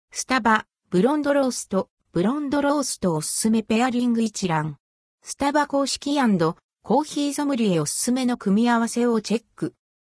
スタバ、ブロンドロースト、ブロンドローストおすすめペアリング一覧。スタバ公式&コーヒーソムリエおすすめの組み合わせをチェック。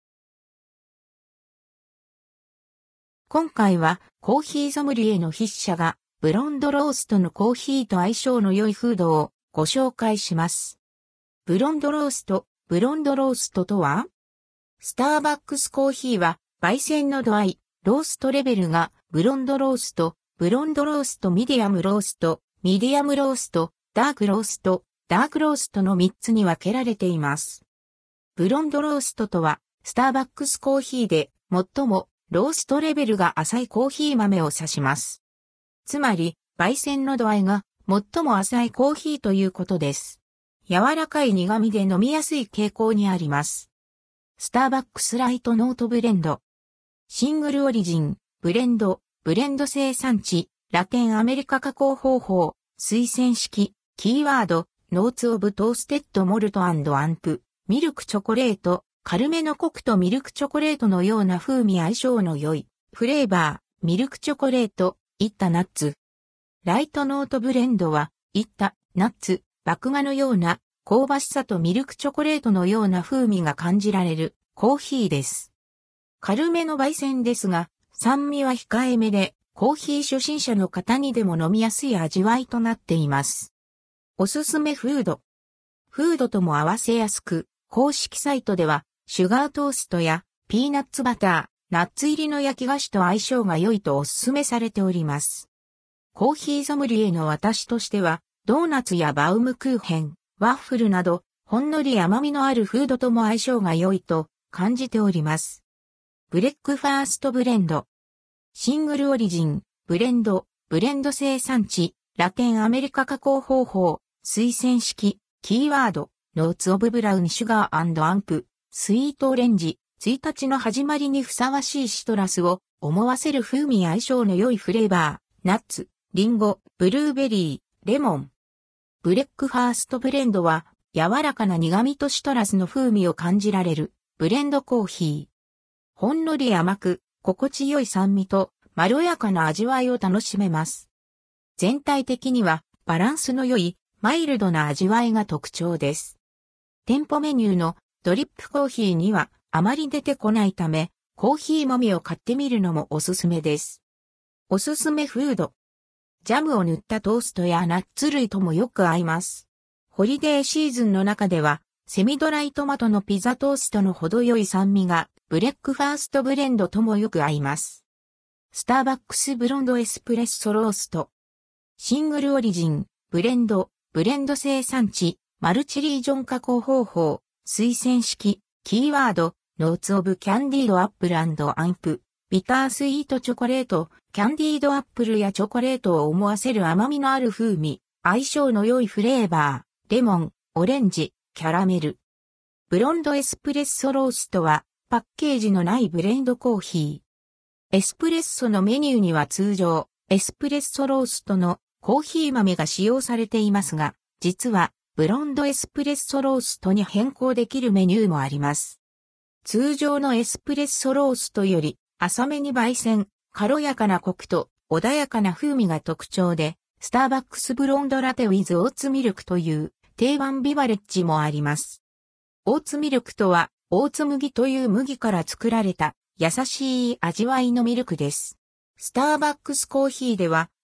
今回はコーヒーソムリエの筆者がブロンドローストのコーヒーと相性の良いフードをご紹介します。ブロンドロースト、ブロンドローストとは？スターバックスコーヒーは焙煎の度合い、ローストレベルがブロンドロースト、ブロンドロースト、ミディアムロースト、ミディアムロースト、ダークロースト、ダークローストの3つに分けられています。ブロンドローストとは、スターバックスコーヒーで最もローストレベルが浅いコーヒー豆を指します。つまり、焙煎の度合いが最も浅いコーヒーということです。柔らかい苦味で飲みやすい傾向にあります。スターバックスライトノートブレンド。シングルオリジン、ブレンド生産地、ラテンアメリカ加工方法、推薦式、キーワード、ノーツオブトーステッドモルト&アンプ、ミルクチョコレート、軽めのコクとミルクチョコレートのような風味相性の良い、フレーバー、ミルクチョコレート、いったナッツ。ライトノートブレンドは、いったナッツ、麦芽のような香ばしさとミルクチョコレートのような風味が感じられるコーヒーです。軽めの焙煎ですが、酸味は控えめで、コーヒー初心者の方にでも飲みやすい味わいとなっています。おすすめフード。フードとも合わせやすく、公式サイトでは、シュガートーストやピーナッツバター、ナッツ入りの焼き菓子と相性が良いとおすすめされております。コーヒーソムリエの私としては、ドーナツやバウムクーヘン、ワッフルなど、ほんのり甘みのあるフードとも相性が良いと感じております。ブレックファーストブレンド。シングルオリジン、ブレンド生産地、ラテンアメリカ加工方法、推薦式、キーワード、ノーツオブブラウンシュガー&アンプ、スイートオレンジ、1日の始まりにふさわしいシトラスを思わせる風味相性の良いフレーバー、ナッツ、リンゴ、ブルーベリー、レモン。ブレックファーストブレンドは、柔らかな苦味とシトラスの風味を感じられる、ブレンドコーヒー。ほんのり甘く、心地よい酸味と、まろやかな味わいを楽しめます。全体的には、バランスの良い、マイルドな味わいが特徴です。店舗メニューのドリップコーヒーには、あまり出てこないため、コーヒー豆を買ってみるのもおすすめです。おすすめフード。ジャムを塗ったトーストやナッツ類ともよく合います。ホリデーシーズンの中では、セミドライトマトのピザトーストの程よい酸味が、ブレックファーストブレンドともよく合います。スターバックスブロンドエスプレッソロースト。シングルオリジン、ブレンド生産地、マルチリージョン加工方法、推薦式、キーワード、ノーツオブキャンディードアップル&アンプ、ビタースイートチョコレート、キャンディードアップルやチョコレートを思わせる甘みのある風味、相性の良いフレーバー、レモン、オレンジ、キャラメル。ブロンドエスプレッソローストは、パッケージのないブレンドコーヒー。エスプレッソのメニューには通常、エスプレッソローストのコーヒー豆が使用されていますが、実は、ブロンドエスプレッソローストに変更できるメニューもあります。通常のエスプレッソローストより、浅めに焙煎、軽やかなコクと穏やかな風味が特徴で、スターバックスブロンドラテウィズオーツミルクという定番ビバレッジもあります。オーツミルクとは、オーツ麦という麦から作られた優しい味わいのミルクです。スターバックスコーヒーでは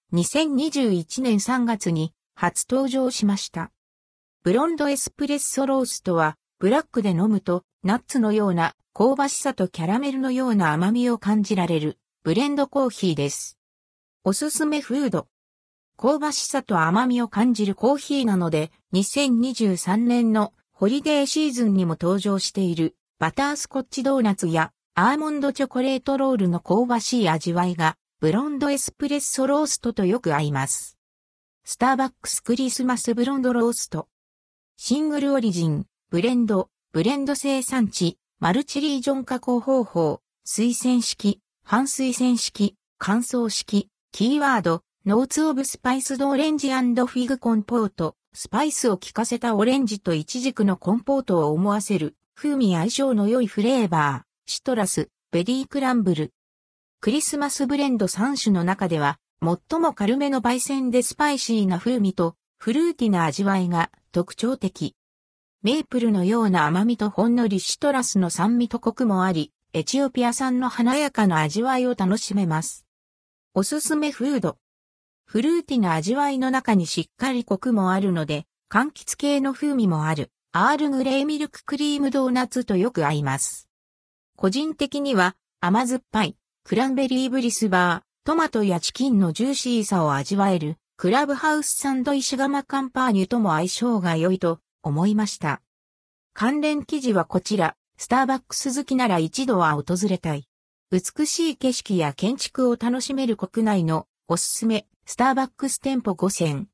2021年3月に初登場しました。ブロンドエスプレッソローストはブラックで飲むとナッツのような香ばしさとキャラメルのような甘みを感じられるブレンドコーヒーです。おすすめフード。香ばしさと甘みを感じるコーヒーなので2023年のホリデーシーズンにも登場しているバタースコッチドーナツやアーモンドチョコレートロールの香ばしい味わいがブロンドエスプレッソローストとよく合います。スターバックスクリスマスブロンドロースト。シングルオリジン、ブレンド生産地、マルチリージョン加工方法、推薦式、半推薦式、乾燥式、キーワード、ノーツオブスパイスドオレンジ&フィグコンポート、スパイスを効かせたオレンジとイチジクのコンポートを思わせる、風味相性の良いフレーバー、シトラス、ベリークランブル。 クリスマスブレンド3種の中では、最も軽めの焙煎でスパイシーな風味とフルーティな味わいが特徴的。メープルのような甘みとほんのりシトラスの酸味とコクもあり、エチオピア産の華やかな味わいを楽しめます。おすすめフード。フルーティな味わいの中にしっかりコクもあるので、柑橘系の風味もある、アールグレイミルククリームドーナツとよく合います。個人的には、甘酸っぱい、クランベリーブリスバー、トマトやチキンのジューシーさを味わえる、クラブハウスサンド石窯カンパーニュとも相性が良いと思いました。関連記事はこちら、スターバックス好きなら一度は訪れたい。美しい景色や建築を楽しめる国内のおすすめ、スターバックス店舗5選。